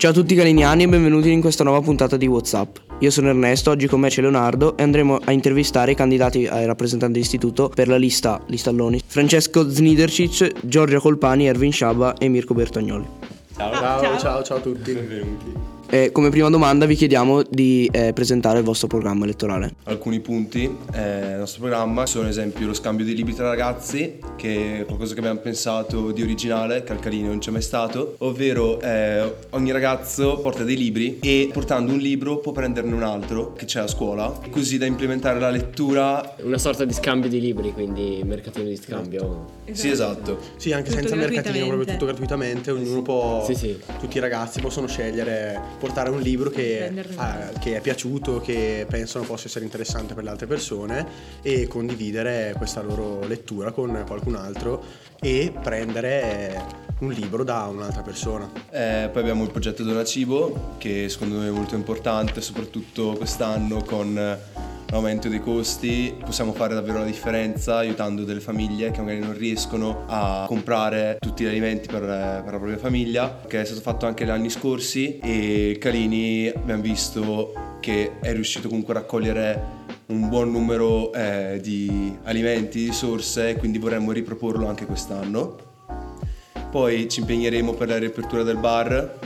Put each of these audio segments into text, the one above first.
Ciao a tutti caliniani e benvenuti in questa nuova puntata di WhatsApp. Io sono Ernesto, oggi con me c'è Leonardo e andremo a intervistare i candidati ai rappresentanti d'istituto per la lista Listalloni: Francesco Znidercic, Giorgia Colpani, Ervin Sciaba e Mirko Bertagnoli. Ciao a tutti. Benvenuti. Come prima domanda vi chiediamo di presentare il vostro programma elettorale. Alcuni punti del nostro programma sono ad esempio lo scambio di libri tra ragazzi, che è qualcosa che abbiamo pensato di originale, che al Calini non c'è mai stato, ovvero ogni ragazzo porta dei libri e portando un libro può prenderne un altro che c'è a scuola, così da implementare la lettura. Una sorta di scambio di libri, quindi mercatino di scambio. Sì, esatto. Sì, anche tutto senza mercatino, proprio tutto gratuitamente, ognuno può, sì. Tutti i ragazzi possono scegliere portare un libro che è piaciuto, che pensano possa essere interessante per le altre persone e condividere questa loro lettura con qualcun altro e prendere un libro da un'altra persona. Poi abbiamo il progetto Donacibo, che secondo me è molto importante, soprattutto quest'anno con l'aumento dei costi. Possiamo fare davvero la differenza aiutando delle famiglie che magari non riescono a comprare tutti gli alimenti per la propria famiglia, che è stato fatto anche gli anni scorsi, e Calini abbiamo visto che è riuscito comunque a raccogliere un buon numero di alimenti, di risorse, quindi vorremmo riproporlo anche quest'anno. Poi ci impegneremo per la riapertura del bar,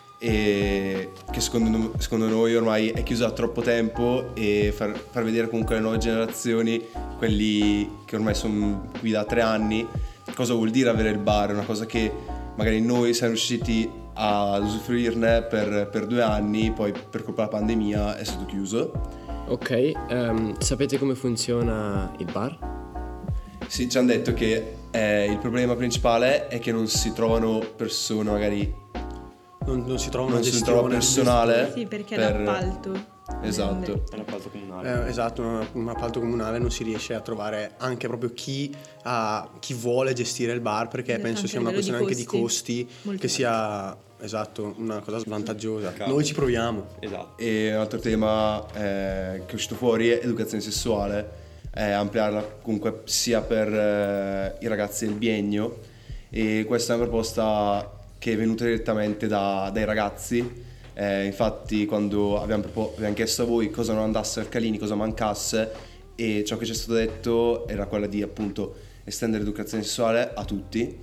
e che secondo noi ormai è chiuso da troppo tempo, e far vedere comunque alle nuove generazioni, quelli che ormai sono qui da 3 anni, cosa vuol dire avere il bar. È una cosa che magari noi siamo riusciti a usufruirne per 2 anni, poi per colpa della pandemia è stato chiuso. Ok, sapete come funziona il bar? Sì, ci hanno detto che il problema principale è che non si trovano persone, magari non si trova una non gestione, si trova personale. Sì, perché l'appalto. Esatto. È un appalto comunale. Esatto, un appalto comunale, non si riesce a trovare anche proprio chi vuole gestire il bar, perché penso sia una questione anche di costi che sia una cosa svantaggiosa. Noi ci proviamo. Esatto. E un altro tema che è uscito fuori è educazione sessuale, ampliarla comunque sia per i ragazzi del biennio, e questa è una proposta che è venuta direttamente dai ragazzi. Infatti quando abbiamo chiesto a voi cosa non andasse al Calini, cosa mancasse, e ciò che ci è stato detto era quella di appunto estendere l'educazione sessuale a tutti,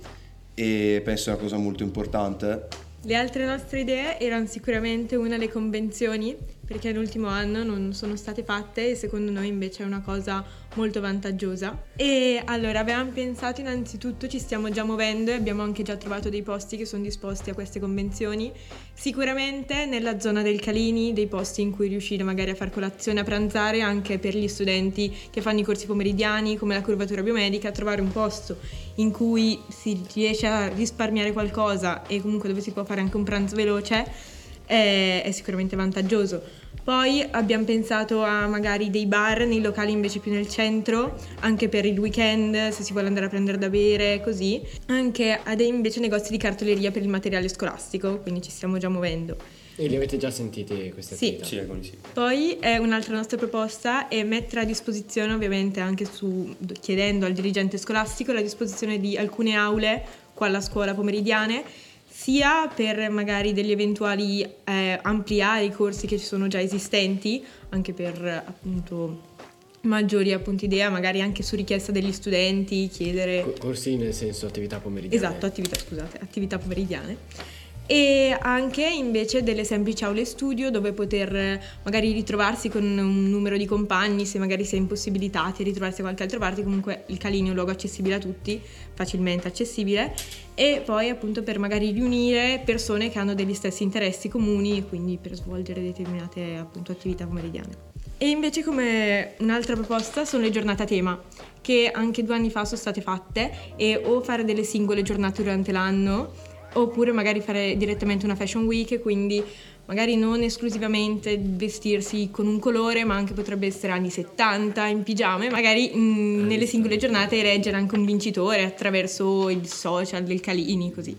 e penso sia una cosa molto importante. Le altre nostre idee erano sicuramente le convenzioni, perché l'ultimo anno non sono state fatte e secondo noi invece è una cosa molto vantaggiosa. E allora avevamo pensato, innanzitutto ci stiamo già muovendo e abbiamo anche già trovato dei posti che sono disposti a queste convenzioni. Sicuramente nella zona del Calini, dei posti in cui riuscire magari a far colazione, a pranzare, anche per gli studenti che fanno i corsi pomeridiani come la curvatura biomedica, trovare un posto in cui si riesce a risparmiare qualcosa e comunque dove si può fare anche un pranzo veloce è sicuramente vantaggioso. Poi abbiamo pensato a magari dei bar nei locali invece più nel centro, anche per il weekend, se si vuole andare a prendere da bere, così. Anche a dei invece negozi di cartoleria per il materiale scolastico, quindi ci stiamo già muovendo. E li avete già sentiti queste attività? Sì, alcuni sì. Poi un'altra nostra proposta è mettere a disposizione, ovviamente anche chiedendo al dirigente scolastico, la disposizione di alcune aule qua alla scuola pomeridiane, sia per magari degli eventuali ampliare i corsi che ci sono già esistenti, anche per appunto maggiori idea, magari anche su richiesta degli studenti, chiedere corsi nel senso attività pomeridiane. Esatto, attività pomeridiane. E anche invece delle semplici aule studio dove poter magari ritrovarsi con un numero di compagni, se magari si è impossibilitati a ritrovarsi da qualche altra parte. Comunque il Calini è un luogo accessibile a tutti, facilmente accessibile, e poi appunto per magari riunire persone che hanno degli stessi interessi comuni, quindi per svolgere determinate appunto attività pomeridiane. E invece come un'altra proposta sono le giornate a tema, che anche 2 anni fa sono state fatte, e o fare delle singole giornate durante l'anno, oppure magari fare direttamente una fashion week, quindi magari non esclusivamente vestirsi con un colore, ma anche potrebbe essere anni 70 in pigiama, magari nelle singole giornate eleggere anche un vincitore attraverso il social del Calini, così.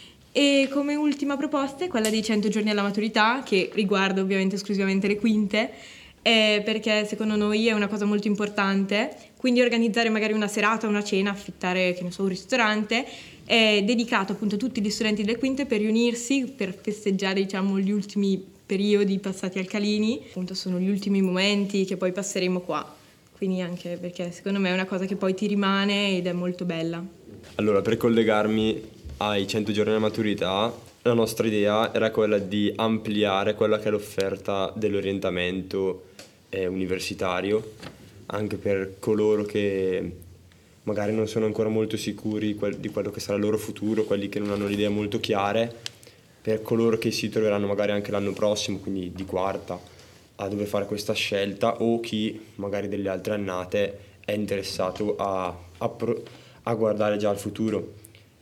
E come ultima proposta è quella dei 100 giorni alla maturità, che riguarda ovviamente esclusivamente le quinte, perché secondo noi è una cosa molto importante, quindi organizzare magari una serata, una cena, affittare, che ne so, un ristorante, è dedicato appunto a tutti gli studenti delle quinte per riunirsi, per festeggiare diciamo gli ultimi periodi passati al Calini, appunto sono gli ultimi momenti che poi passeremo qua, quindi anche perché secondo me è una cosa che poi ti rimane ed è molto bella. Allora, per collegarmi ai 100 giorni della maturità, la nostra idea era quella di ampliare quella che è l'offerta dell'orientamento universitario, anche per coloro che magari non sono ancora molto sicuri di quello che sarà il loro futuro, quelli che non hanno le idee molto chiare, per coloro che si troveranno magari anche l'anno prossimo, quindi di quarta, a dover fare questa scelta, o chi magari delle altre annate è interessato a guardare già al futuro.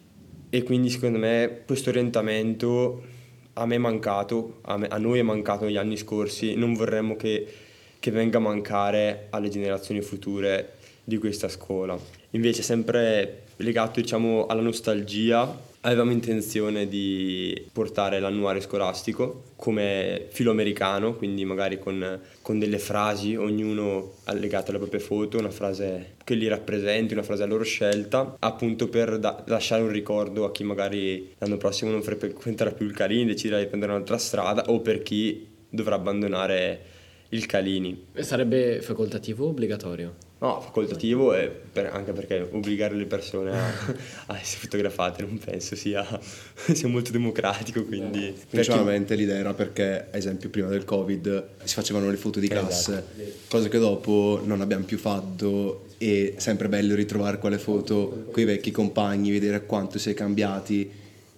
E quindi secondo me questo orientamento a me è mancato, a noi è mancato negli anni scorsi, non vorremmo che venga a mancare alle generazioni future di questa scuola. Invece sempre legato diciamo alla nostalgia, avevamo intenzione di portare l'annuario scolastico come filo americano, quindi magari con delle frasi, ognuno legate alle proprie foto, una frase che li rappresenti, una frase a loro scelta, appunto per lasciare un ricordo a chi magari l'anno prossimo non frequenterà più il Calini, deciderà di prendere un'altra strada, o per chi dovrà abbandonare il Calini. Sarebbe facoltativo o obbligatorio? No, facoltativo, anche perché obbligare le persone a essere fotografate non penso sia molto democratico, quindi... Principalmente l'idea era perché, ad esempio, prima del Covid si facevano le foto di classe, cosa che dopo non abbiamo più fatto, e è sempre bello ritrovare quelle foto con i vecchi compagni, vedere quanto si è cambiati.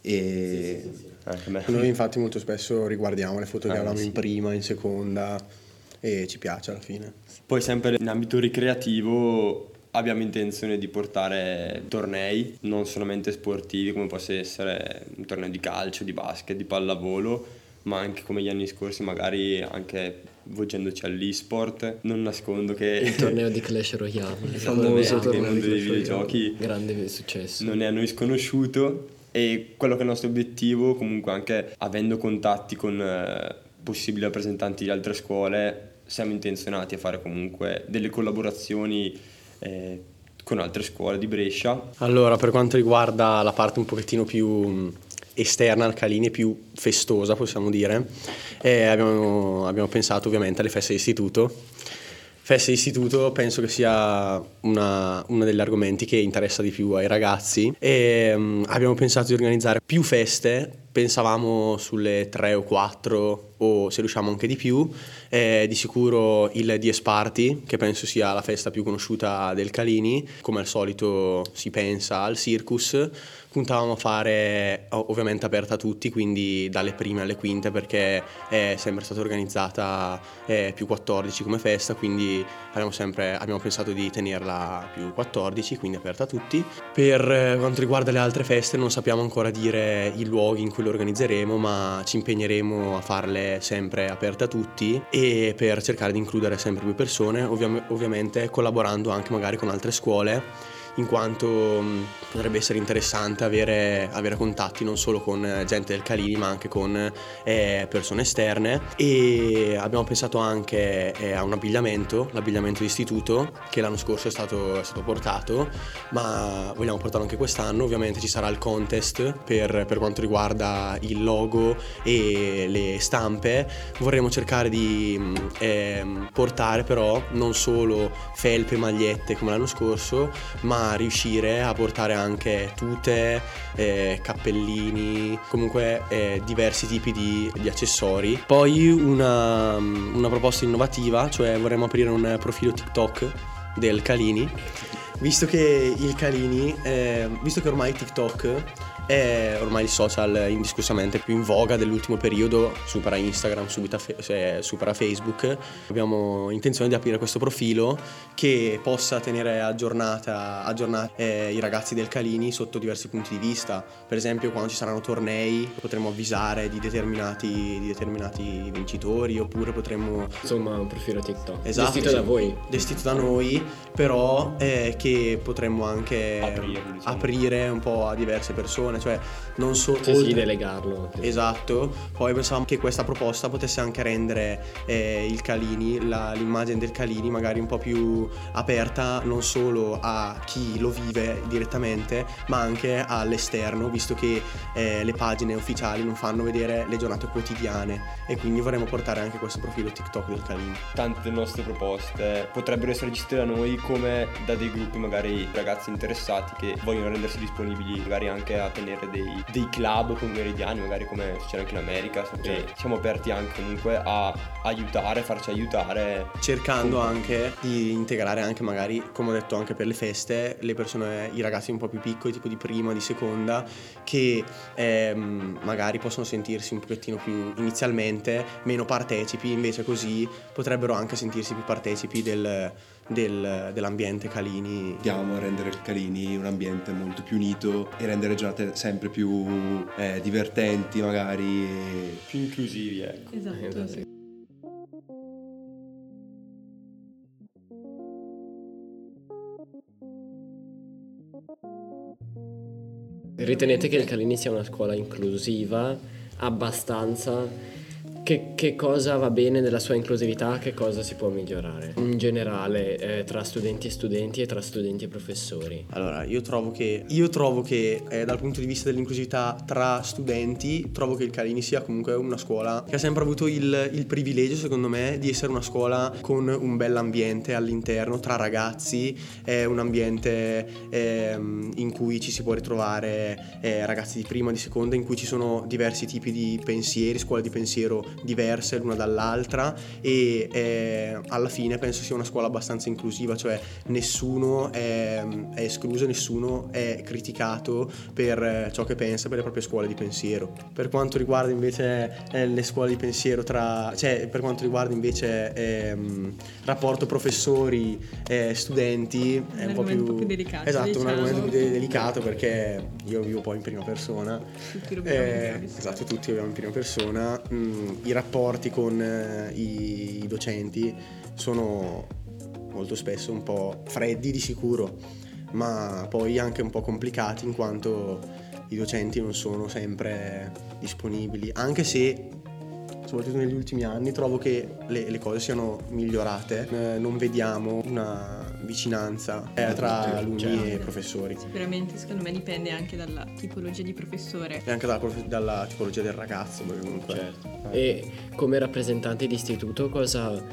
E noi infatti molto spesso riguardiamo le foto che avevamo in prima, in seconda, e ci piace alla fine. Poi sempre in ambito ricreativo abbiamo intenzione di portare tornei non solamente sportivi, come possa essere un torneo di calcio, di basket, di pallavolo, ma anche come gli anni scorsi magari anche volgendoci all'e-sport. Non nascondo che il torneo di Clash Royale, il famoso torneo nel mondo dei videogiochi, grande successo, non è a noi sconosciuto, e quello che è il nostro obiettivo, comunque anche avendo contatti con possibili rappresentanti di altre scuole, siamo intenzionati a fare comunque delle collaborazioni con altre scuole di Brescia. Allora, per quanto riguarda la parte un pochettino più esterna al Calini, più festosa possiamo dire, abbiamo pensato ovviamente alle feste d'istituto. Feste d'istituto penso che sia una degli argomenti che interessa di più ai ragazzi, e abbiamo pensato di organizzare più feste, pensavamo sulle 3 o 4 o se riusciamo anche di più. Di sicuro il Dies Party, che penso sia la festa più conosciuta del Calini, come al solito si pensa al Circus. Puntavamo a fare ovviamente aperta a tutti, quindi dalle prime alle quinte, perché è sempre stata organizzata più 14 come festa, quindi abbiamo pensato di tenerla più 14, quindi aperta a tutti. Per quanto riguarda le altre feste non sappiamo ancora dire i luoghi in cui le organizzeremo, ma ci impegneremo a farle sempre aperte a tutti e per cercare di includere sempre più persone, ovviamente collaborando anche magari con altre scuole, in quanto potrebbe essere interessante avere contatti non solo con gente del Calini ma anche con persone esterne. E abbiamo pensato anche a un l'abbigliamento di istituto, che l'anno scorso è stato portato, ma vogliamo portarlo anche quest'anno. Ovviamente ci sarà il contest per quanto riguarda il logo e le stampe. Vorremmo cercare di portare però non solo felpe e magliette come l'anno scorso, ma riuscire a portare anche tute, cappellini, comunque diversi tipi di accessori. Poi una proposta innovativa, cioè vorremmo aprire un profilo TikTok del Calini, visto che ormai TikTok è ormai il social indiscussamente più in voga dell'ultimo periodo, supera Instagram, supera Facebook. Abbiamo intenzione di aprire questo profilo che possa tenere aggiornati i ragazzi del Calini sotto diversi punti di vista. Per esempio, quando ci saranno tornei potremo avvisare di determinati vincitori, oppure potremmo... Insomma, un profilo TikTok. Esatto, gestito da voi. Gestito da noi, però che che potremmo anche aprire un po' a diverse persone, cioè non solo sì, delegarlo. Esatto. Poi pensavamo che questa proposta potesse anche rendere il Calini, l'immagine del Calini magari un po' più aperta non solo a chi lo vive direttamente, ma anche all'esterno, visto che le pagine ufficiali non fanno vedere le giornate quotidiane, e quindi vorremmo portare anche questo profilo TikTok del Calini. Tante nostre proposte potrebbero essere gestite da noi come da dei gruppi, magari ragazzi interessati che vogliono rendersi disponibili magari anche a tenere dei club pomeridiani, magari come succede anche in America, perché siamo aperti anche comunque a aiutare, farci aiutare, cercando anche di integrare anche magari, come ho detto, anche per le feste, le persone, i ragazzi un po' più piccoli, tipo di prima, di seconda, che magari possono sentirsi un pochettino più inizialmente meno partecipi, invece così potrebbero anche sentirsi più partecipi dell'ambiente Calini. Andiamo a rendere il Calini un ambiente molto più unito e rendere le giornate sempre più divertenti, magari più inclusivi, ecco. Esatto, sì. Ritenete che il Calini sia una scuola inclusiva abbastanza? Che cosa va bene della sua inclusività, che cosa si può migliorare in generale tra studenti e studenti e tra studenti e professori? Allora, io trovo che dal punto di vista dell'inclusività tra studenti, trovo che il Calini sia comunque una scuola che ha sempre avuto il privilegio, secondo me, di essere una scuola con un bell'ambiente all'interno tra ragazzi, un ambiente in cui ci si può ritrovare ragazzi di prima, di seconda, in cui ci sono diversi tipi di pensieri, scuole di pensiero diverse l'una dall'altra, e alla fine penso sia una scuola abbastanza inclusiva, cioè nessuno è escluso, nessuno è criticato per ciò che pensa, per le proprie scuole di pensiero. Per quanto riguarda invece le scuole di pensiero per quanto riguarda invece rapporto professori studenti, è un po' più delicato. Esatto, diciamo. un argomento più delicato, perché io vivo poi in prima persona. Tutti lo viviamo Esatto, tutti viviamo in prima persona. I rapporti con i docenti sono molto spesso un po' freddi di sicuro, ma poi anche un po' complicati, in quanto i docenti non sono sempre disponibili, anche se soprattutto negli ultimi anni trovo che le cose siano migliorate. Non vediamo una vicinanza tra alunni e professori. Sicuramente, secondo me dipende anche dalla tipologia di professore E anche dalla tipologia del ragazzo, perché comunque E come rappresentanti di istituto cosa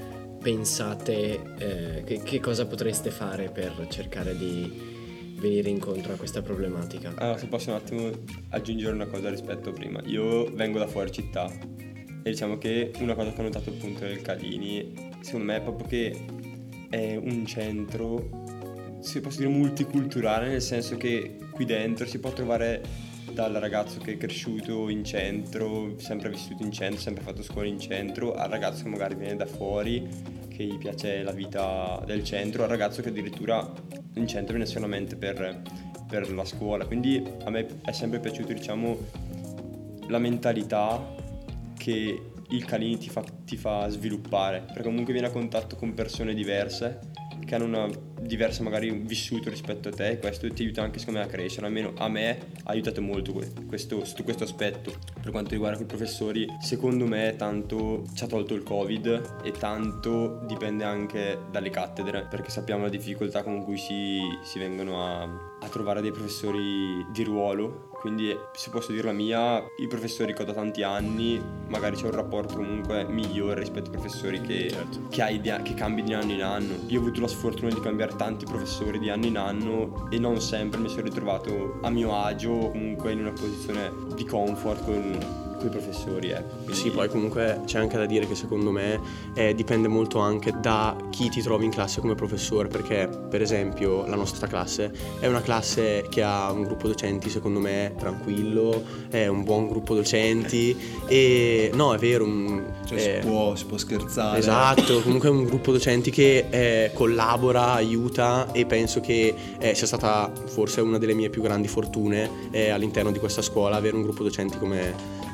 pensate, che cosa potreste fare per cercare di venire incontro a questa problematica? Allora, se posso un attimo aggiungere una cosa rispetto a prima. Io vengo da fuori città e diciamo che una cosa che ho notato appunto del Calini, secondo me, è proprio che è un centro, si può dire, multiculturale, nel senso che qui dentro si può trovare dal ragazzo che è cresciuto in centro, sempre vissuto in centro, sempre fatto scuola in centro, al ragazzo che magari viene da fuori, che gli piace la vita del centro, al ragazzo che addirittura in centro viene solamente per la scuola. Quindi a me è sempre piaciuto, diciamo, la mentalità che il Calini ti fa sviluppare, perché comunque vieni a contatto con persone diverse che hanno una diversa magari vissuto rispetto a te, e questo ti aiuta anche secondo me a crescere. Almeno a me ha aiutato molto questo aspetto. Per quanto riguarda i professori, secondo me tanto ci ha tolto il Covid e tanto dipende anche dalle cattedre, perché sappiamo la difficoltà con cui si vengono a trovare dei professori di ruolo. Quindi, se posso dire la mia, i professori che ho da tanti anni magari c'è un rapporto comunque migliore rispetto ai professori che cambi di anno in anno. Io ho avuto la sfortuna di cambiare tanti professori di anno in anno e non sempre mi sono ritrovato a mio agio o comunque in una posizione di comfort con i professori. Quindi... Sì, poi comunque c'è anche da dire che secondo me dipende molto anche da chi ti trovi in classe come professore, perché per esempio la nostra classe è una classe che ha un gruppo docenti secondo me tranquillo, è un buon gruppo docenti, e no, è vero, si può scherzare. Esatto, comunque è un gruppo docenti che collabora, aiuta, e penso che sia stata forse una delle mie più grandi fortune all'interno di questa scuola avere un gruppo docenti come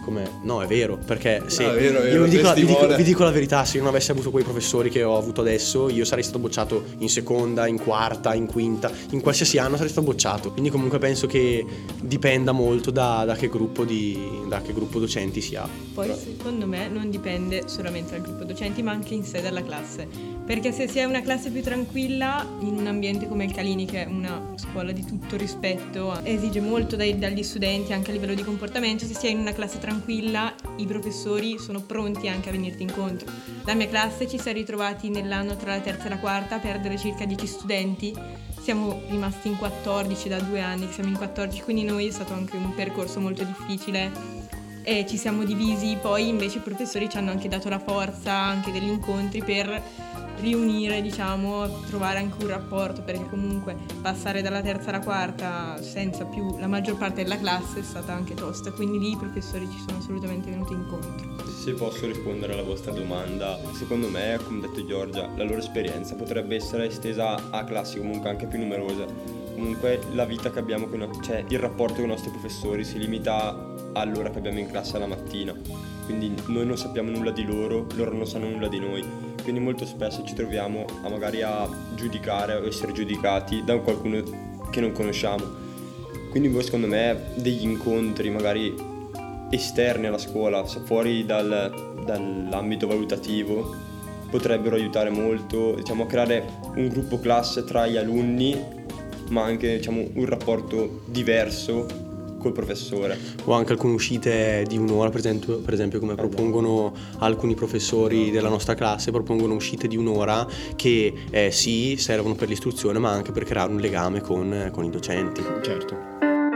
No, è vero, perché se è vero, io testimone. vi dico la verità, se io non avessi avuto quei professori che ho avuto adesso, io sarei stato bocciato in seconda, in quarta, in quinta, in qualsiasi anno sarei stato bocciato. Quindi comunque penso che dipenda molto da che gruppo docenti si ha. Poi secondo me non dipende solamente dal gruppo docenti, ma anche in sé dalla classe. Perché se si è una classe più tranquilla, in un ambiente come il Calini, che è una scuola di tutto rispetto, esige molto dagli studenti anche a livello di comportamento, se si è in una classe tranquilla i professori sono pronti anche a venirti incontro. La mia classe ci si è ritrovati nell'anno tra la terza e la quarta a perdere circa 10 studenti. Siamo rimasti in 14 da 2 anni, siamo in 14, quindi noi è stato anche un percorso molto difficile e ci siamo divisi. Poi invece i professori ci hanno anche dato la forza anche degli incontri per riunire, diciamo, trovare anche un rapporto, perché comunque passare dalla terza alla quarta senza più la maggior parte della classe è stata anche tosta, quindi lì i professori ci sono assolutamente venuti incontro. Se posso rispondere alla vostra domanda, secondo me, come ha detto Giorgia, la loro esperienza potrebbe essere estesa a classi comunque anche più numerose. Comunque la vita che abbiamo cioè il rapporto con i nostri professori si limita all'ora che abbiamo in classe alla mattina, quindi noi non sappiamo nulla di loro non sanno nulla di noi, quindi molto spesso ci troviamo magari a giudicare o essere giudicati da qualcuno che non conosciamo. Quindi voi, secondo me, degli incontri magari esterni alla scuola, fuori dall'ambito valutativo, potrebbero aiutare molto, diciamo, a creare un gruppo classe tra gli alunni, ma anche, diciamo, un rapporto diverso col professore. O anche alcune uscite di un'ora, per esempio come propongono alcuni professori della nostra classe, propongono uscite di un'ora che sì, servono per l'istruzione, ma anche per creare un legame con i docenti. Certo.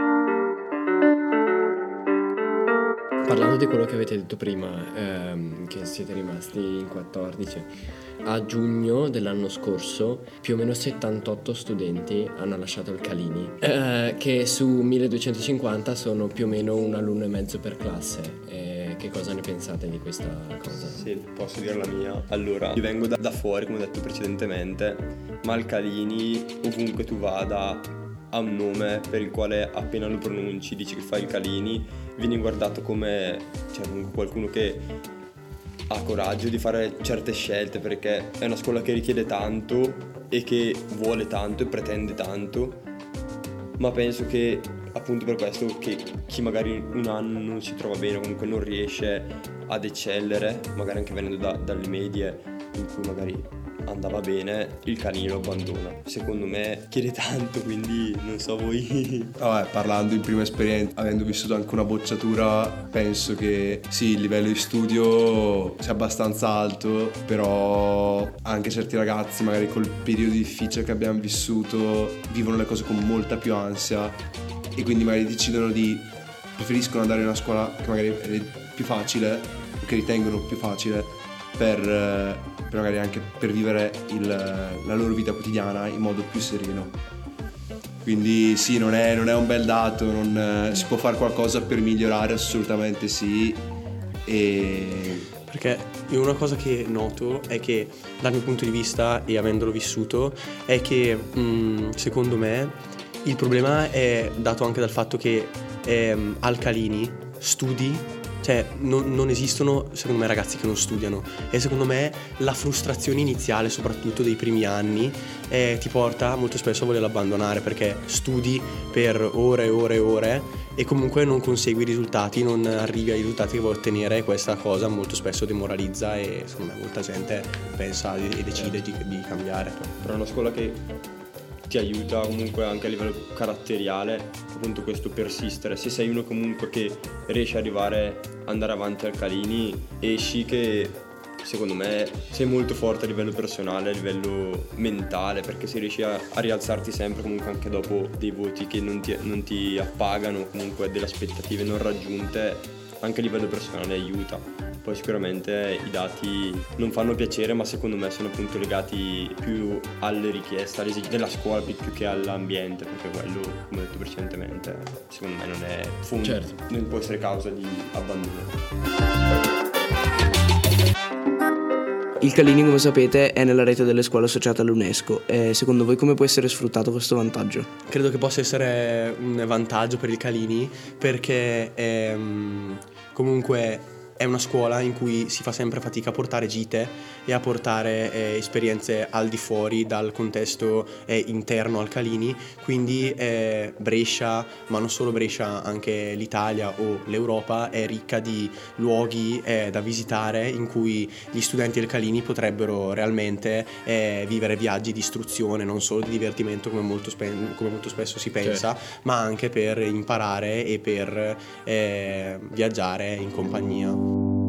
Parlando di quello che avete detto prima, che siete rimasti in 14, a giugno dell'anno scorso più o meno 78 studenti hanno lasciato il Calini, che su 1250 sono più o meno un alunno e mezzo per classe. Che cosa ne pensate di questa cosa? Sì, posso dire la mia. Allora, io vengo da fuori, come ho detto precedentemente, ma il Calini, ovunque tu vada, ha un nome per il quale appena lo pronunci, dici che fai il Calini, vieni guardato come qualcuno che ha coraggio di fare certe scelte, perché è una scuola che richiede tanto e che vuole tanto e pretende tanto, ma penso che appunto per questo che chi magari un anno non si trova bene, comunque non riesce ad eccellere, magari anche venendo dalle medie in cui magari andava bene, il Calini lo abbandona. Secondo me chiede tanto, quindi non so voi. Vabbè, parlando in prima esperienza, avendo vissuto anche una bocciatura, penso che sì, il livello di studio sia abbastanza alto, però anche certi ragazzi magari col periodo difficile che abbiamo vissuto vivono le cose con molta più ansia e quindi magari preferiscono andare in una scuola che magari è più facile, che ritengono più facile per magari anche per vivere la loro vita quotidiana in modo più sereno. Quindi sì, non è un bel dato, si può fare qualcosa per migliorare, assolutamente sì. Perché io una cosa che noto è che dal mio punto di vista e avendolo vissuto è che secondo me il problema è dato anche dal fatto che al Calini studi, cioè non esistono secondo me ragazzi che non studiano, e secondo me la frustrazione iniziale soprattutto dei primi anni ti porta molto spesso a voler abbandonare, perché studi per ore e ore e ore e comunque non consegui i risultati, non arrivi ai risultati che vuoi ottenere, e questa cosa molto spesso demoralizza e secondo me molta gente pensa e decide di cambiare. Però è una scuola che ti aiuta comunque anche a livello caratteriale, appunto questo persistere. Se sei uno comunque che riesce ad andare avanti al Calini, esci che secondo me sei molto forte a livello personale, a livello mentale, perché se riesci a rialzarti sempre comunque anche dopo dei voti che non ti appagano, comunque delle aspettative non raggiunte, anche a livello personale aiuta. Poi sicuramente i dati non fanno piacere, ma secondo me sono appunto legati più alle richieste, alle esigenze della scuola più che all'ambiente, perché quello, come ho detto precedentemente, secondo me non è fondo, certo, non può essere causa di abbandono. Il Calini, come sapete, è nella rete delle scuole associate all'UNESCO. Secondo voi come può essere sfruttato questo vantaggio? Credo che possa essere un vantaggio per il Calini, perché comunque è una scuola in cui si fa sempre fatica a portare gite e a portare esperienze al di fuori dal contesto interno al Calini, quindi Brescia, ma non solo Brescia, anche l'Italia o l'Europa è ricca di luoghi da visitare in cui gli studenti del Calini potrebbero realmente vivere viaggi di istruzione, non solo di divertimento come molto spesso si pensa, ma anche per imparare e per viaggiare in compagnia.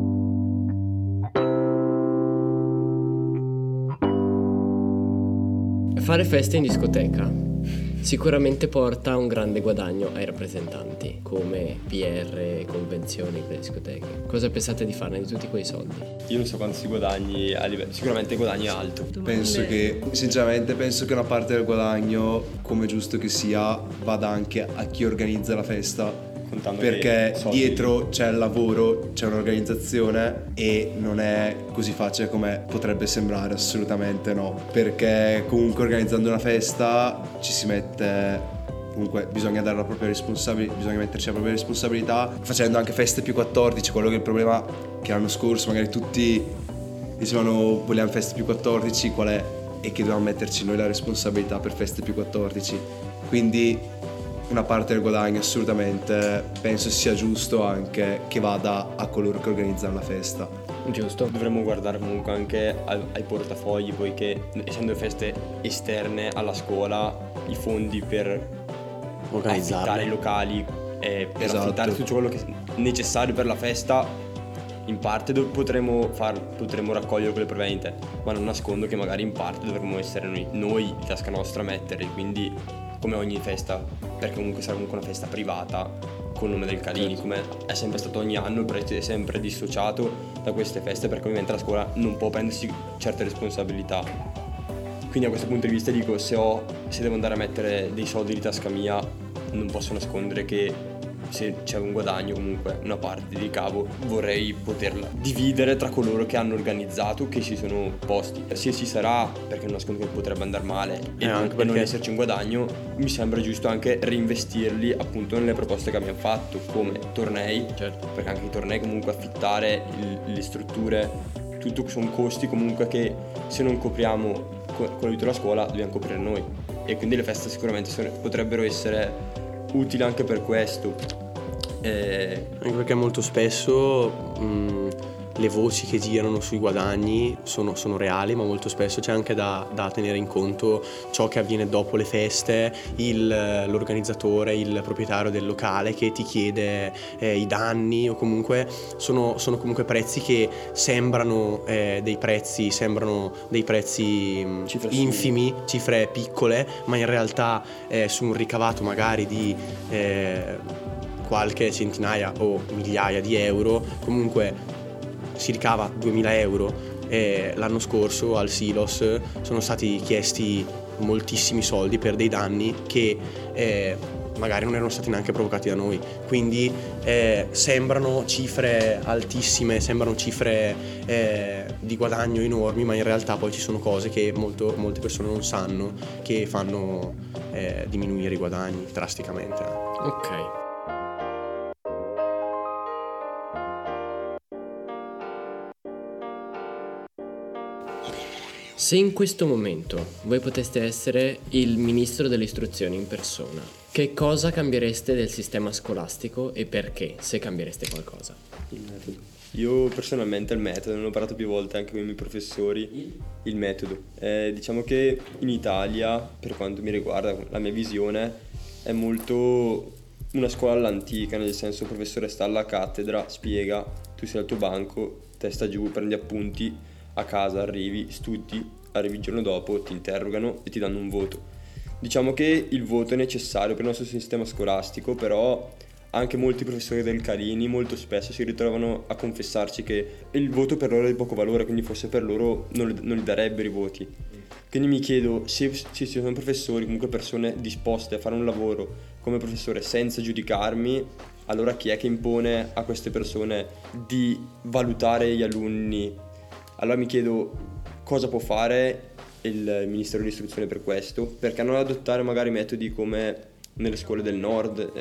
Fare feste in discoteca sicuramente porta un grande guadagno ai rappresentanti, come PR, convenzioni, le discoteche. Cosa pensate di farne di tutti quei soldi? Io non so quanto si guadagni a livello, sicuramente guadagni alto. Sinceramente penso che una parte del guadagno, come giusto che sia, vada anche a chi organizza la festa. Contando Perché soldi. dietro c'è il lavoro, c'è un'organizzazione e non è così facile come potrebbe sembrare, assolutamente no. Perché comunque organizzando una festa ci si mette, comunque bisogna dare la propria responsabilità, bisogna metterci la propria responsabilità, facendo anche feste più 14, quello che è il problema che l'anno scorso magari tutti dicevano vogliamo feste più 14, qual è? E che dobbiamo metterci noi la responsabilità per feste più 14. Quindi una parte del guadagno assolutamente penso sia giusto anche che vada a coloro che organizzano la festa. Giusto? Dovremmo guardare comunque anche ai portafogli, poiché essendo feste esterne alla scuola, i fondi per affittare i locali e per affittare tutto quello che è necessario per la festa, in parte potremo raccogliere quelle provenienti, ma non nascondo che magari in parte dovremmo essere noi di tasca nostra a mettere, quindi come ogni festa, perché comunque sarà comunque una festa privata con nome del Calini, come è sempre stato ogni anno, il prezzo è sempre dissociato da queste feste perché ovviamente la scuola non può prendersi certe responsabilità. Quindi a questo punto di vista dico, se devo andare a mettere dei soldi di tasca mia, non posso nascondere che se c'è un guadagno, comunque una parte di ricavo, vorrei poterla dividere tra coloro che hanno organizzato, che si sono posti. Se ci sarà, perché non nascondo che potrebbe andare male e non esserci un guadagno, mi sembra giusto anche reinvestirli appunto nelle proposte che abbiamo fatto, come tornei, perché anche i tornei comunque affittare le strutture, tutto sono costi comunque che se non copriamo con l'aiuto della scuola dobbiamo coprire noi, e quindi le feste sicuramente potrebbero essere utili anche per questo. Anche perché molto spesso le voci che girano sui guadagni sono reali, ma molto spesso c'è anche da tenere in conto ciò che avviene dopo le feste, l'organizzatore, il proprietario del locale che ti chiede i danni, o comunque sono comunque prezzi che sembrano dei prezzi infimi, cifre piccole, ma in realtà su un ricavato magari di qualche centinaia o migliaia di euro, comunque si ricava 2000 euro e l'anno scorso al Silos sono stati chiesti moltissimi soldi per dei danni che magari non erano stati neanche provocati da noi, quindi sembrano cifre altissime, sembrano cifre di guadagno enormi, ma in realtà poi ci sono cose che molte persone non sanno, che fanno diminuire i guadagni drasticamente. Ok. Se in questo momento voi poteste essere il ministro dell'istruzione in persona, che cosa cambiereste del sistema scolastico e perché, se cambiereste qualcosa? Il metodo. Io personalmente il metodo, ne ho parlato più volte anche con i miei professori, il metodo. Diciamo che in Italia, per quanto mi riguarda, la mia visione è molto una scuola all'antica, nel senso il professore sta alla cattedra, spiega, tu sei al tuo banco, testa giù, prendi appunti, a casa arrivi, studi, arrivi il giorno dopo, ti interrogano e ti danno un voto. Diciamo che il voto è necessario per il nostro sistema scolastico, però anche molti professori del Calini molto spesso si ritrovano a confessarci che il voto per loro è di poco valore, quindi forse per loro non gli darebbero i voti. Quindi mi chiedo, se ci sono professori, comunque persone disposte a fare un lavoro come professore senza giudicarmi, allora chi è che impone a queste persone di valutare gli alunni? Allora mi chiedo cosa può fare il Ministero dell'Istruzione per questo, perché non adottare magari metodi come nelle scuole del nord,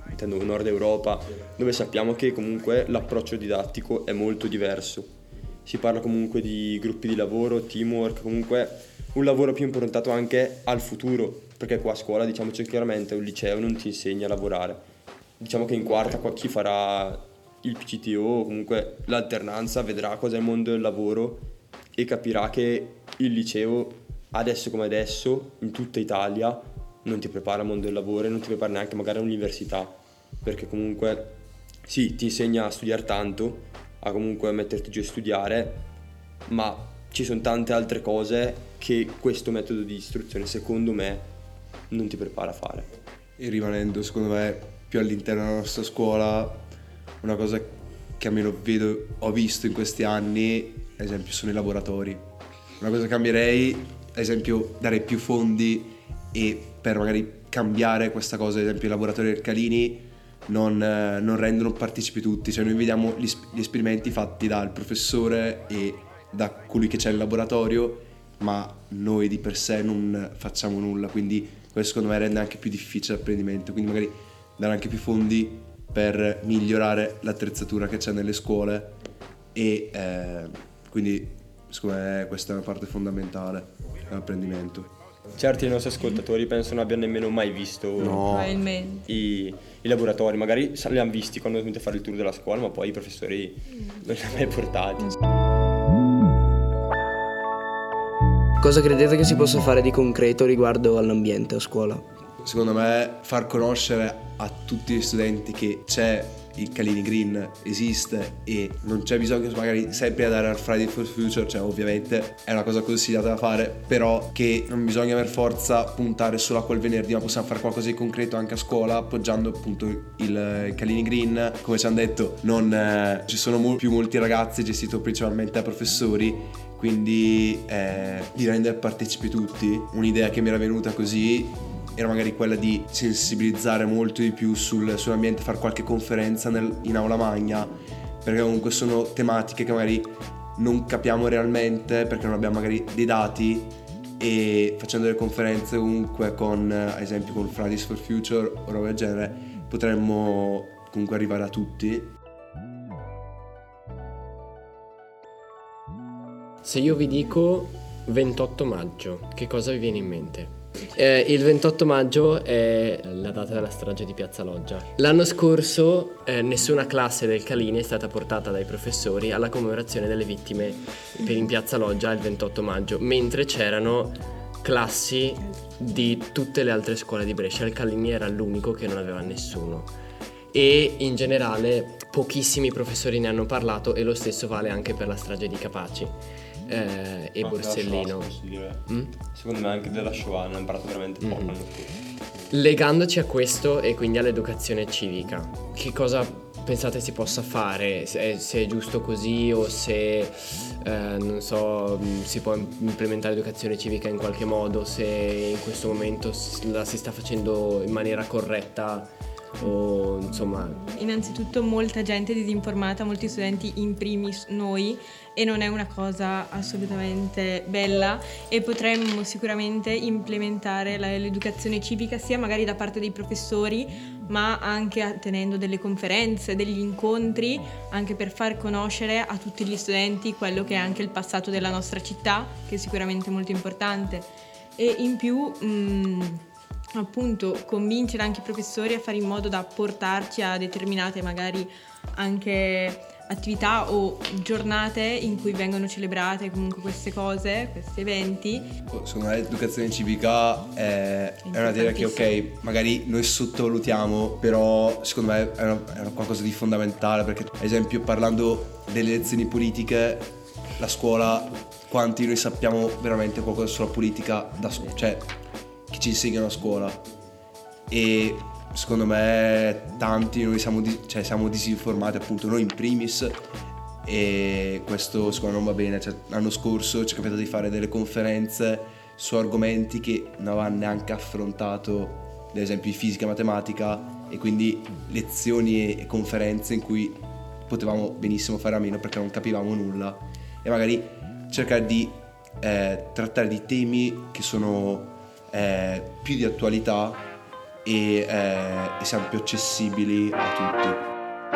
intendo Nord Europa, dove sappiamo che comunque l'approccio didattico è molto diverso. Si parla comunque di gruppi di lavoro, teamwork, comunque un lavoro più improntato anche al futuro, perché qua a scuola, diciamoci chiaramente, un liceo non ti insegna a lavorare. Diciamo che in quarta qua chi farà il PCTO o comunque l'alternanza vedrà cosa è il mondo del lavoro e capirà che il liceo adesso come adesso in tutta Italia non ti prepara al mondo del lavoro e non ti prepara neanche magari all'università, perché comunque sì, ti insegna a studiare tanto, a comunque metterti giù a studiare, ma ci sono tante altre cose che questo metodo di istruzione secondo me non ti prepara a fare. E rimanendo secondo me più all'interno della nostra scuola, una cosa che almeno ho visto in questi anni, ad esempio, sono i laboratori. Una cosa che cambierei, ad esempio, dare più fondi e per magari cambiare questa cosa, ad esempio i laboratori del Calini non rendono partecipi tutti, cioè noi vediamo gli esperimenti fatti dal professore e da colui che c'è in laboratorio, ma noi di per sé non facciamo nulla, quindi questo secondo me rende anche più difficile l'apprendimento, quindi magari dare anche più fondi per migliorare l'attrezzatura che c'è nelle scuole e quindi secondo me questa è una parte fondamentale dell'apprendimento. Certi dei nostri ascoltatori penso non abbiano nemmeno mai visto Probabilmente. i laboratori, magari li hanno visti quando sono venuti a fare il tour della scuola, ma poi i professori non li hanno mai portati. Cosa credete che si possa fare di concreto riguardo all'ambiente a scuola? Secondo me far conoscere a tutti gli studenti che c'è il Calini Green, esiste e non c'è bisogno magari sempre di andare al Friday for Future, cioè ovviamente è una cosa consigliata da fare, però che non bisogna per forza puntare solo a quel venerdì, ma possiamo fare qualcosa di concreto anche a scuola appoggiando appunto il Calini Green. Come ci hanno detto, non ci sono molti ragazzi, gestito principalmente da professori, quindi di rendere partecipi tutti. Un'idea che mi era venuta così era magari quella di sensibilizzare molto di più sull'ambiente, fare qualche conferenza in aula magna, perché comunque sono tematiche che magari non capiamo realmente perché non abbiamo magari dei dati, e facendo delle conferenze comunque con, ad esempio con Fridays for Future o roba del genere, potremmo comunque arrivare a tutti. Se io vi dico 28 maggio, che cosa vi viene in mente? Il 28 maggio è la data della strage di Piazza Loggia. L'anno scorso nessuna classe del Calini è stata portata dai professori alla commemorazione delle vittime in Piazza Loggia il 28 maggio, mentre c'erano classi di tutte le altre scuole di Brescia. Il Calini era l'unico che non aveva nessuno. E in generale pochissimi professori ne hanno parlato, e lo stesso vale anche per la strage di Capaci e Borsellino. Secondo me anche della Shoah ne hanno parlato veramente poco l'anno scorso. Legandoci a questo e quindi all'educazione civica, che cosa pensate si possa fare? Se è giusto così, o se non so, si può implementare l'educazione civica in qualche modo, se in questo momento la si sta facendo in maniera corretta, o insomma. Innanzitutto molta gente disinformata, molti studenti in primis noi, e non è una cosa assolutamente bella, e potremmo sicuramente implementare l'educazione civica sia magari da parte dei professori, ma anche tenendo delle conferenze, degli incontri, anche per far conoscere a tutti gli studenti quello che è anche il passato della nostra città, che è sicuramente molto importante. E in più appunto convincere anche i professori a fare in modo da portarci a determinate magari anche attività o giornate in cui vengono celebrate comunque queste cose, questi eventi. Secondo me l'educazione civica è una teoria che ok, magari noi sottovalutiamo, però secondo me è qualcosa di fondamentale, perché ad esempio parlando delle lezioni politiche, la scuola, quanti noi sappiamo veramente qualcosa sulla politica, cioè che ci insegnano a scuola, e secondo me tanti noi siamo disinformati, appunto noi in primis, e questo secondo me non va bene. Cioè, l'anno scorso ci è capitato di fare delle conferenze su argomenti che non avevano neanche affrontato, ad esempio di fisica e matematica, e quindi lezioni e conferenze in cui potevamo benissimo fare a meno perché non capivamo nulla, e magari cercare di trattare di temi che sono più di attualità, e siamo più accessibili a tutti.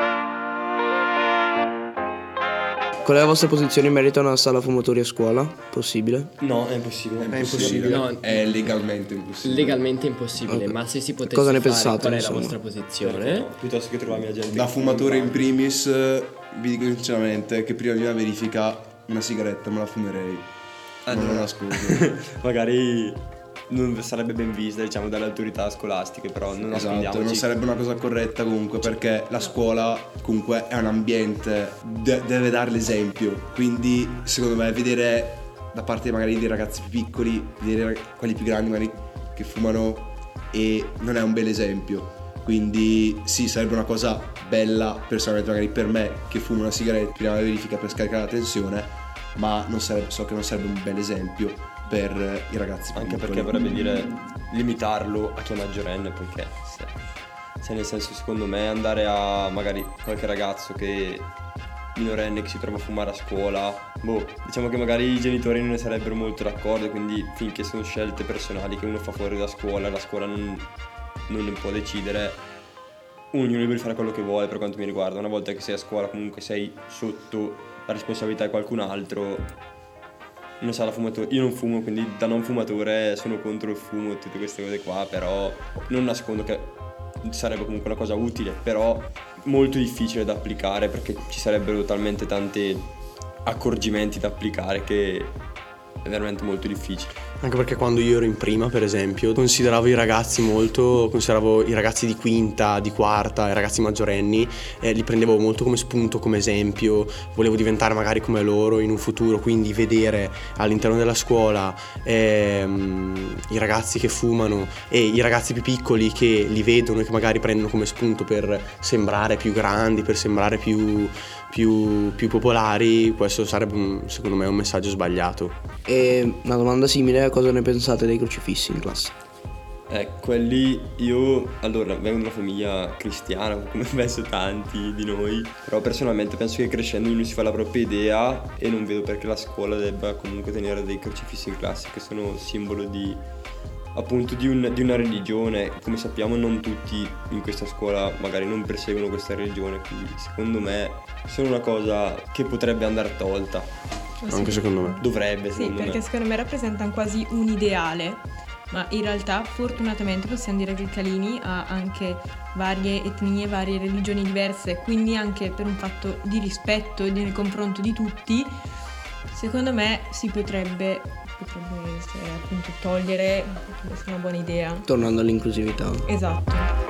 Qual è la vostra posizione in merito a una sala fumatori a scuola? Possibile? No, è impossibile. È impossibile, No. è legalmente impossibile. Legalmente impossibile, Ok. ma se si potesse Cosa ne fare, pensate, qual è insomma? la vostra posizione? Piuttosto che trovarmi la gente. Da fumatore in primis, vi dico sinceramente che prima di una verifica una sigaretta me la fumerei. Non lo nascondo. Magari non sarebbe ben vista, diciamo, dalle autorità scolastiche, però non Esatto, nascondiamoci. non sarebbe una cosa corretta comunque, perché la scuola comunque è un ambiente, deve dare l'esempio, quindi secondo me vedere da parte magari dei ragazzi più piccoli, vedere quelli più grandi magari che fumano e non è un bel esempio, quindi sì, sarebbe una cosa bella personalmente magari per me che fumo una sigaretta prima della verifica per scaricare la tensione, ma so che non sarebbe un bel esempio per i ragazzi più Anche piccoli. perché vorrebbe dire limitarlo a chi è maggiorenne, poiché se nel senso, secondo me, andare a magari qualche ragazzo che minorenne che si trova a fumare a scuola, diciamo che magari i genitori non ne sarebbero molto d'accordo, quindi finché sono scelte personali che uno fa fuori da scuola, la scuola non ne può decidere, ognuno è libero di fare quello che vuole. Per quanto mi riguarda, una volta che sei a scuola comunque sei sotto la responsabilità di qualcun altro. Non sa la fumatura, io non fumo, quindi da non fumatore sono contro il fumo e tutte queste cose qua, però non nascondo che sarebbe comunque una cosa utile, però molto difficile da applicare, perché ci sarebbero talmente tanti accorgimenti da applicare che è veramente molto difficile. Anche perché quando io ero in prima, per esempio, consideravo i ragazzi di quinta, di quarta, i ragazzi maggiorenni, li prendevo molto come spunto, come esempio, volevo diventare magari come loro in un futuro, quindi vedere all'interno della scuola i ragazzi che fumano e i ragazzi più piccoli che li vedono e che magari prendono come spunto per sembrare più grandi, per sembrare più popolari, questo sarebbe secondo me un messaggio sbagliato. E una domanda simile, cosa ne pensate dei crocifissi in classe? Quelli, allora vengo da una famiglia cristiana, come penso tanti di noi, però personalmente penso che crescendo ognuno si fa la propria idea e non vedo perché la scuola debba comunque tenere dei crocifissi in classe, che sono simbolo di, appunto, di una religione. Come sappiamo non tutti in questa scuola magari non perseguono questa religione, quindi secondo me sono una cosa che potrebbe andare tolta. Anche secondo me. Dovrebbe, Sì, secondo perché me. secondo me rappresentano quasi un ideale, ma in realtà fortunatamente possiamo dire che il Calini ha anche varie etnie, varie religioni diverse, quindi anche per un fatto di rispetto e nei confronto di tutti, secondo me si potrebbe appunto togliere, potrebbe essere una buona idea. Tornando all'inclusività. Esatto.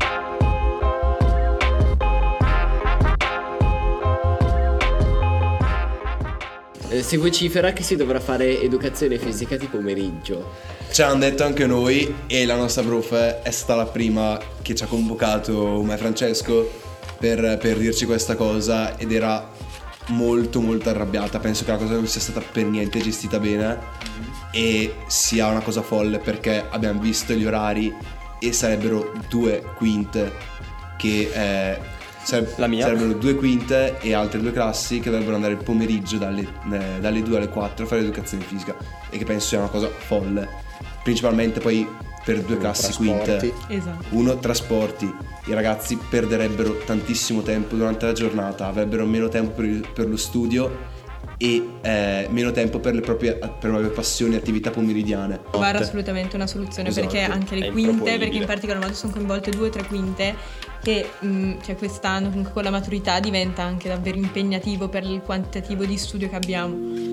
Si vocifera che si dovrà fare educazione fisica di pomeriggio. Ce l'hanno detto anche noi e la nostra prof è stata la prima che ci ha convocato, me e Francesco, per dirci questa cosa, ed era molto molto arrabbiata. Penso che la cosa non sia stata per niente gestita bene e sia una cosa folle, perché abbiamo visto gli orari e sarebbero 2 quinte che La mia. sarebbero 2 quinte e altre 2 classi che dovrebbero andare il pomeriggio dalle 2 alle 4 a fare educazione fisica, e che penso sia una cosa folle, principalmente poi per 2 classi quinte. Esatto. 1, trasporti. I ragazzi perderebbero tantissimo tempo durante la giornata, avrebbero meno tempo per lo studio e meno tempo per le proprie passioni e attività pomeridiane. Trovare assolutamente una soluzione, Esatto. perché anche le È quinte, improponibile. perché in particolar modo sono coinvolte 2 o 3 quinte che cioè quest'anno comunque con la maturità diventa anche davvero impegnativo per il quantitativo di studio che abbiamo.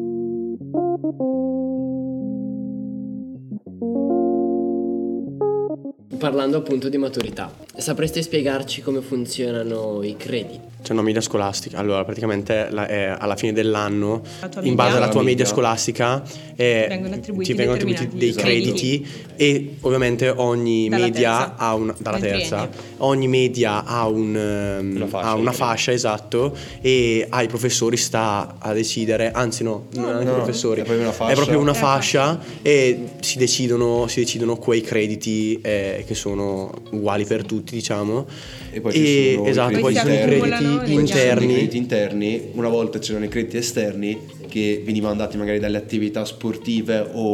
Parlando appunto di maturità, sapreste spiegarci come funzionano i crediti? C'è una media scolastica, allora praticamente alla fine dell'anno, La tua in media? base alla tua La media media. scolastica, Vengono attribuiti ti vengono attribuiti dei determinati crediti e ovviamente ogni Dalla media terza. ha dalla Nel terza, triennio. ogni media ha una fascia, esatto, e ai professori sta a decidere, anzi no, non anche ai professori, è proprio una fascia. è proprio una fascia e si decidono quei crediti che sono uguali per tutti, diciamo. E poi ci sono i esatto, poi ci sono i crediti crediti interni. Poi ci sono i interni. crediti interni, una volta c'erano i crediti esterni che venivano dati magari dalle attività sportive o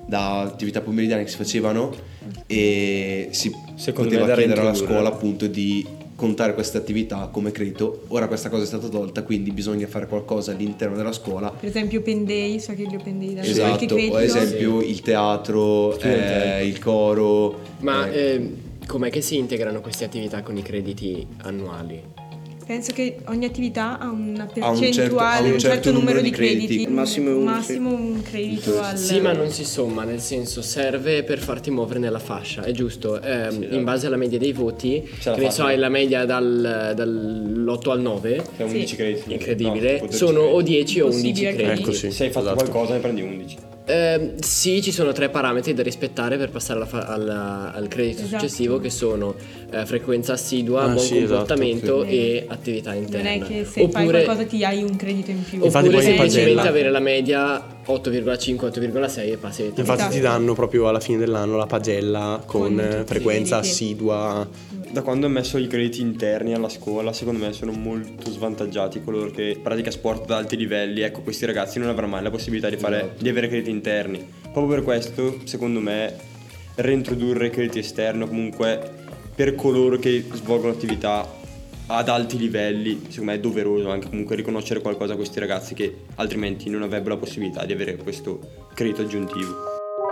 da attività pomeridiane che si facevano e si Secondo poteva me da chiedere alla reintrodurre. scuola appunto di contare queste attività come credito. Ora questa cosa è stata tolta, quindi bisogna fare qualcosa all'interno della scuola. Per esempio Open Day, so che gli Open Day danno qualche Esatto, credito. o ad esempio il teatro, il coro. Ma com'è che si integrano queste attività con i crediti annuali? Penso che ogni attività ha una Ha un percentuale, un certo numero di crediti. crediti. Massimo un credito al... Sì, ma non si somma, nel senso serve per farti muovere nella fascia, è giusto? In base alla media dei voti, Ce la che ne fa, so, sì. è la media dall'8 al 9, Che è 11 Sì. crediti. incredibile, No, 12 sono o crediti. 10 o 11 Impossibile, crediti. Ecco, sì. Se hai fatto Esatto. qualcosa ne prendi 11. Sì, ci sono 3 parametri da rispettare per passare al credito Esatto. successivo, che sono frequenza assidua, buon sì, esatto, comportamento sì. e attività Non interna. è che se fai qualcosa ti hai un credito in più. Infatti Oppure poi in semplicemente pagella- avere la media 8,5, 8,6 e passi. Infatti Esatto. ti danno proprio alla fine dell'anno la pagella con Con tutti i frequenza crediti. assidua. Da quando ho messo i crediti interni alla scuola, secondo me sono molto svantaggiati coloro che pratica sport da alti livelli. Ecco, questi ragazzi non avranno mai la possibilità di avere crediti interni. Proprio per questo, secondo me, reintrodurre i crediti esterni o comunque per coloro che svolgono attività ad alti livelli, secondo me è doveroso anche comunque riconoscere qualcosa a questi ragazzi che altrimenti non avrebbero la possibilità di avere questo credito aggiuntivo.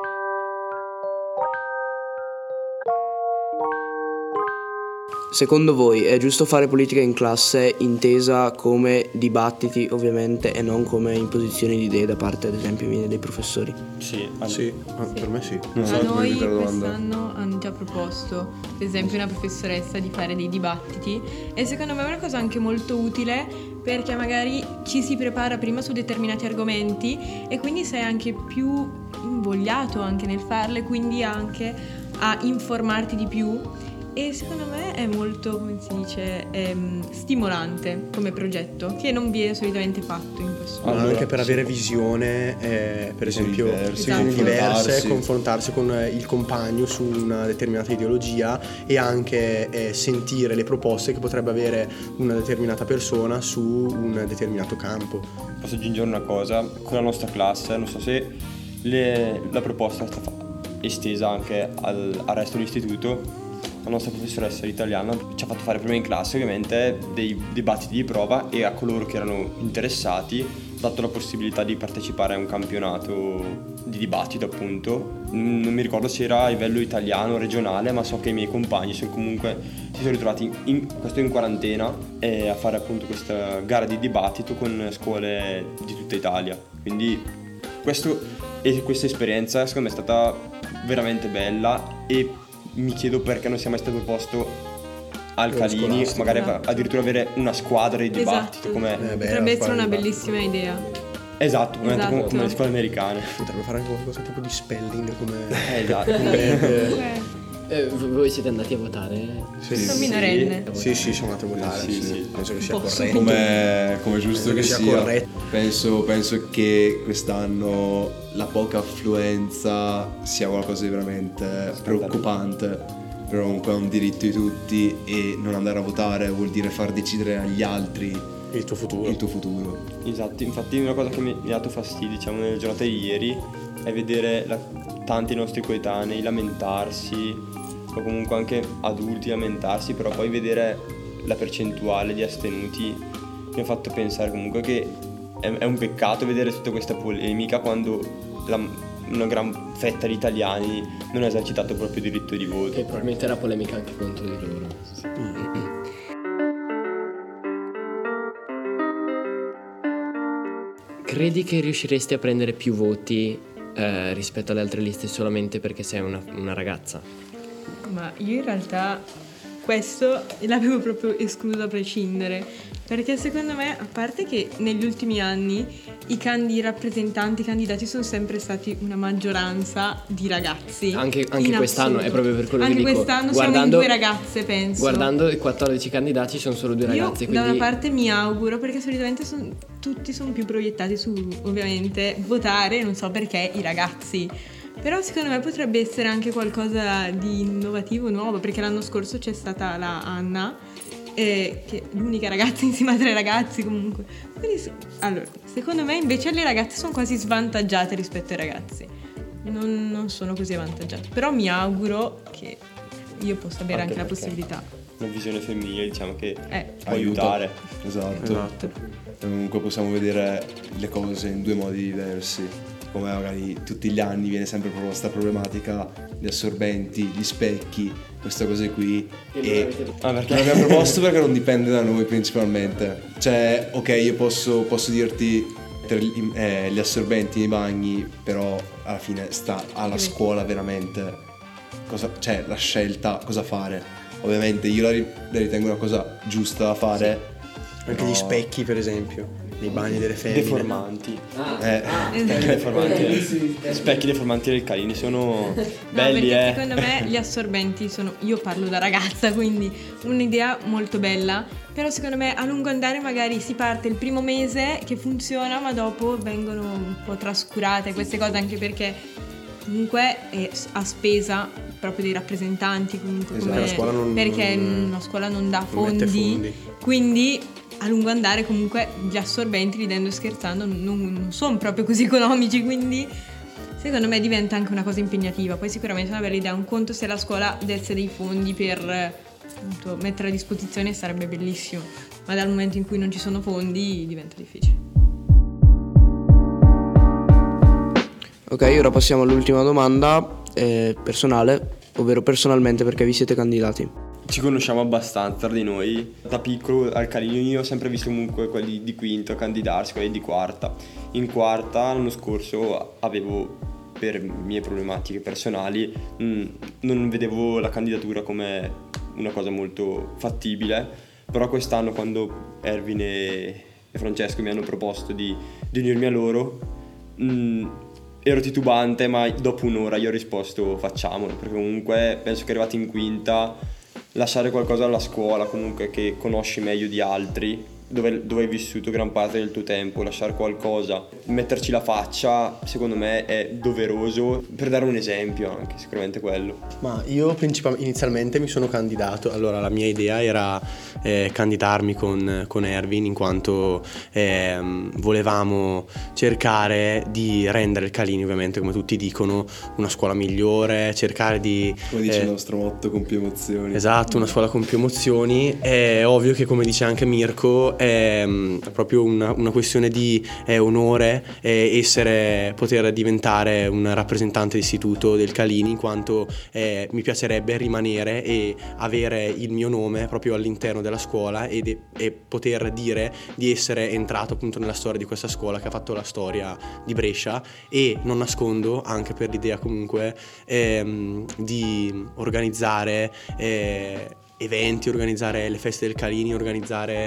Secondo voi è giusto fare politica in classe intesa come dibattiti ovviamente e non come imposizioni di idee da parte ad esempio dei professori? Sì, Sì, per me sì. Non so A come noi ripetere la domanda. quest'anno hanno già proposto, per esempio, una professoressa di fare dei dibattiti e secondo me è una cosa anche molto utile perché magari ci si prepara prima su determinati argomenti e quindi sei anche più invogliato anche nel farle, quindi anche a informarti di più. E secondo me è molto, come si dice, stimolante come progetto, che non viene solitamente fatto in questo Ma Allora, anche per avere visione, per esempio, diverse, visioni diverse, confrontarsi. confrontarsi con il compagno su una determinata ideologia e anche sentire le proposte che potrebbe avere una determinata persona su un determinato campo. Posso aggiungere una cosa? Con la nostra classe, non so se la proposta è stata estesa anche al resto dell'istituto. La nostra professoressa italiana ci ha fatto fare prima in classe ovviamente dei dibattiti di prova e a coloro che erano interessati ha dato la possibilità di partecipare a un campionato di dibattito appunto. Non mi ricordo se era a livello italiano o regionale, ma so che i miei compagni si sono ritrovati questo in quarantena a fare appunto questa gara di dibattito con scuole di tutta Italia. Quindi questa esperienza secondo me è stata veramente bella e mi chiedo perché non sia mai stato proposto al Calini, scolastico. magari Esatto. addirittura avere una squadra di dibattito come Potrebbe essere una bellissima idea. esatto, Esatto. come le scuole americane. Potrebbe fare anche qualcosa tipo di spelling come... Esatto. Voi siete andati a votare? Sono minorenne. Sì, sono andato a votare. Sì. Penso che sia Posso. corretto. Come giusto Penso che sia sia, corretto. penso che quest'anno la poca affluenza sia qualcosa di veramente preoccupante. Però comunque è un diritto di tutti e non andare a votare vuol dire far decidere agli altri Il tuo futuro. il tuo futuro. Esatto, infatti una cosa che mi ha dato fastidio, diciamo, nelle giornate di ieri è vedere tanti nostri coetanei lamentarsi, o comunque anche adulti lamentarsi, però poi vedere la percentuale di astenuti mi ha fatto pensare comunque che è un peccato vedere tutta questa polemica quando una gran fetta di italiani non ha esercitato il proprio diritto di voto. Che probabilmente era polemica anche contro di loro. Credi che riusciresti a prendere più voti rispetto alle altre liste solamente perché sei una ragazza? Ma io in realtà questo l'avevo proprio escluso a prescindere, perché secondo me, a parte che negli ultimi anni i candidati sono sempre stati una maggioranza di ragazzi. Anche In quest'anno, assoluto. è proprio per quello anche che dico. quest'anno siamo in 2 ragazze, penso. Guardando i 14 candidati ci sono solo 2 ragazze, Io quindi da una parte mi auguro, perché solitamente tutti sono più proiettati su, ovviamente, votare, non so perché, i ragazzi. Però secondo me potrebbe essere anche qualcosa di innovativo, nuovo, perché l'anno scorso c'è stata la Anna, che è l'unica ragazza insieme a 3 ragazzi comunque. Quindi, allora, secondo me invece le ragazze sono quasi svantaggiate rispetto ai ragazzi. non sono così avvantaggiati, però mi auguro che io possa avere anche la perché possibilità. Una visione femminile, diciamo, che può Aiuta. aiutare. Esatto. E comunque possiamo vedere le cose in due modi diversi. Come magari tutti gli anni viene sempre proposta la problematica gli assorbenti, gli specchi, queste cose qui. Perché l'abbiamo proposto perché non dipende da noi principalmente. Cioè, ok, io posso dirti gli assorbenti nei bagni, però alla fine sta alla scuola veramente cioè la scelta, cosa fare. Ovviamente io la ritengo una cosa giusta da fare. Anche però- gli specchi, per esempio, nei bagni delle femmine. Deformanti. Esatto. Specchi deformanti del Calini sono No, belli, perché secondo me gli assorbenti sono, io parlo da ragazza, quindi un'idea molto bella, però secondo me a lungo andare magari si parte il primo mese che funziona, ma dopo vengono un po' trascurate queste cose, anche perché comunque è a spesa proprio dei rappresentanti, comunque Esatto, come- la scuola non- perché non- la scuola non dà non mette fondi. quindi a lungo andare comunque gli assorbenti, ridendo e scherzando, non sono proprio così economici, quindi secondo me diventa anche una cosa impegnativa. Poi sicuramente è una bella idea, un conto se la scuola desse dei fondi per appunto mettere a disposizione, sarebbe bellissimo, ma dal momento in cui non ci sono fondi diventa difficile. Ok, ora passiamo all'ultima domanda personale, ovvero personalmente perché vi siete candidati? Ci conosciamo abbastanza tra di noi. Da piccolo al Calini io ho sempre visto comunque quelli di quinto candidarsi, quelli di quarta. In quarta l'anno scorso avevo, per mie problematiche personali, non vedevo la candidatura come una cosa molto fattibile, però quest'anno quando Erwin e Francesco mi hanno proposto di unirmi a loro, ero titubante, ma dopo un'ora io ho risposto facciamolo, perché comunque penso che arrivati in quinta lasciare qualcosa alla scuola comunque che conosci meglio di altri, dove hai vissuto gran parte del tuo tempo, lasciare qualcosa, metterci la faccia, secondo me è doveroso per dare un esempio, anche sicuramente quello. Ma io inizialmente mi sono candidato, allora la mia idea era candidarmi con Erwin, in quanto volevamo cercare di rendere il Calini, ovviamente come tutti dicono, una scuola migliore, cercare di... Come dice il nostro motto, con più emozioni. Esatto, una scuola con più emozioni. È ovvio che, come dice anche Mirko, è proprio una questione di onore poter diventare un rappresentante d'istituto del Calini, in quanto mi piacerebbe rimanere e avere il mio nome proprio all'interno della scuola e poter dire di essere entrato appunto nella storia di questa scuola che ha fatto la storia di Brescia. E non nascondo, anche per l'idea comunque di organizzare eventi, organizzare le feste del Calini, organizzare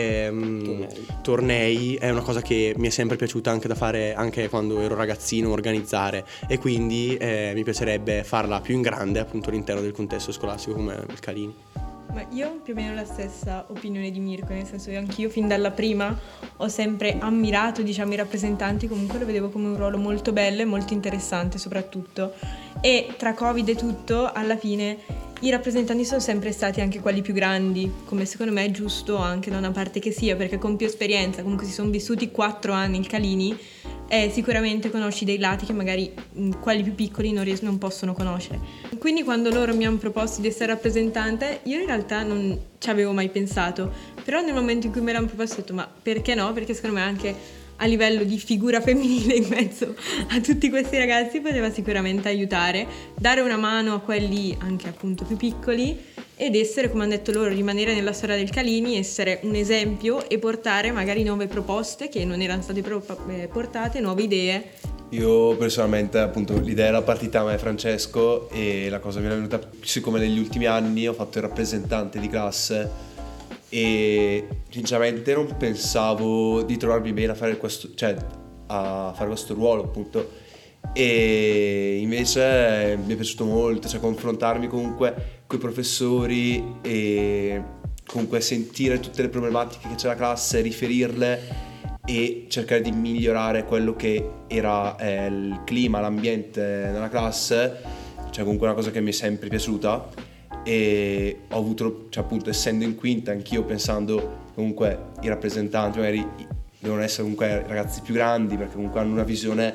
tornei, è una cosa che mi è sempre piaciuta anche da fare, anche quando ero ragazzino, organizzare, e quindi mi piacerebbe farla più in grande appunto all'interno del contesto scolastico come il Calini. Ma io ho più o meno la stessa opinione di Mirko, nel senso che anch'io fin dalla prima ho sempre ammirato, diciamo, i rappresentanti, comunque lo vedevo come un ruolo molto bello e molto interessante soprattutto, e tra Covid e tutto alla fine i rappresentanti sono sempre stati anche quelli più grandi, come secondo me è giusto anche da una parte che sia, perché con più esperienza, comunque si sono vissuti 4 anni il Calini, sicuramente conosci dei lati che magari quelli più piccoli non possono conoscere. Quindi quando loro mi hanno proposto di essere rappresentante, io in realtà non ci avevo mai pensato, però nel momento in cui me l'hanno proposto ho detto ma perché no? Perché secondo me anche a livello di figura femminile in mezzo a tutti questi ragazzi poteva sicuramente aiutare, dare una mano a quelli anche appunto più piccoli ed essere, come hanno detto loro, rimanere nella storia del Calini, essere un esempio e portare magari nuove proposte che non erano state portate, nuove idee. Io personalmente appunto l'idea era partita a me e Francesco, e la cosa mi era venuta siccome negli ultimi anni ho fatto il rappresentante di classe e sinceramente non pensavo di trovarmi bene a fare questo ruolo appunto, e invece mi è piaciuto molto, cioè confrontarmi comunque con i professori e comunque sentire tutte le problematiche che c'è la classe, riferirle e cercare di migliorare quello che era il clima, l'ambiente nella classe, cioè comunque una cosa che mi è sempre piaciuta. E ho avuto, cioè appunto essendo in quinta anch'io pensando comunque i rappresentanti magari devono essere comunque ragazzi più grandi, perché comunque hanno una visione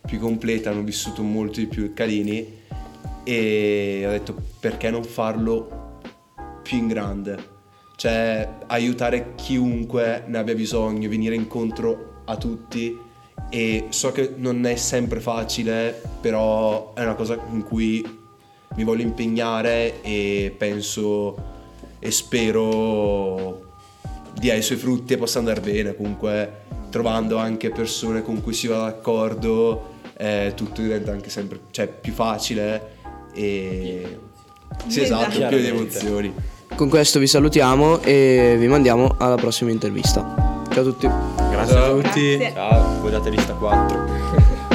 più complete, hanno vissuto molto di più il Calini, e ho detto perché non farlo più in grande, cioè aiutare chiunque ne abbia bisogno, venire incontro a tutti. E so che non è sempre facile, però è una cosa in cui mi voglio impegnare e penso e spero dia i suoi frutti e possa andare bene. Comunque trovando anche persone con cui si va d'accordo, tutto diventa anche sempre, cioè, più facile e sì, esatto, più di emozioni. Con questo vi salutiamo e vi mandiamo alla prossima intervista. Ciao a tutti. Grazie a tutti. Grazie. Ciao, appoggiate lista 4.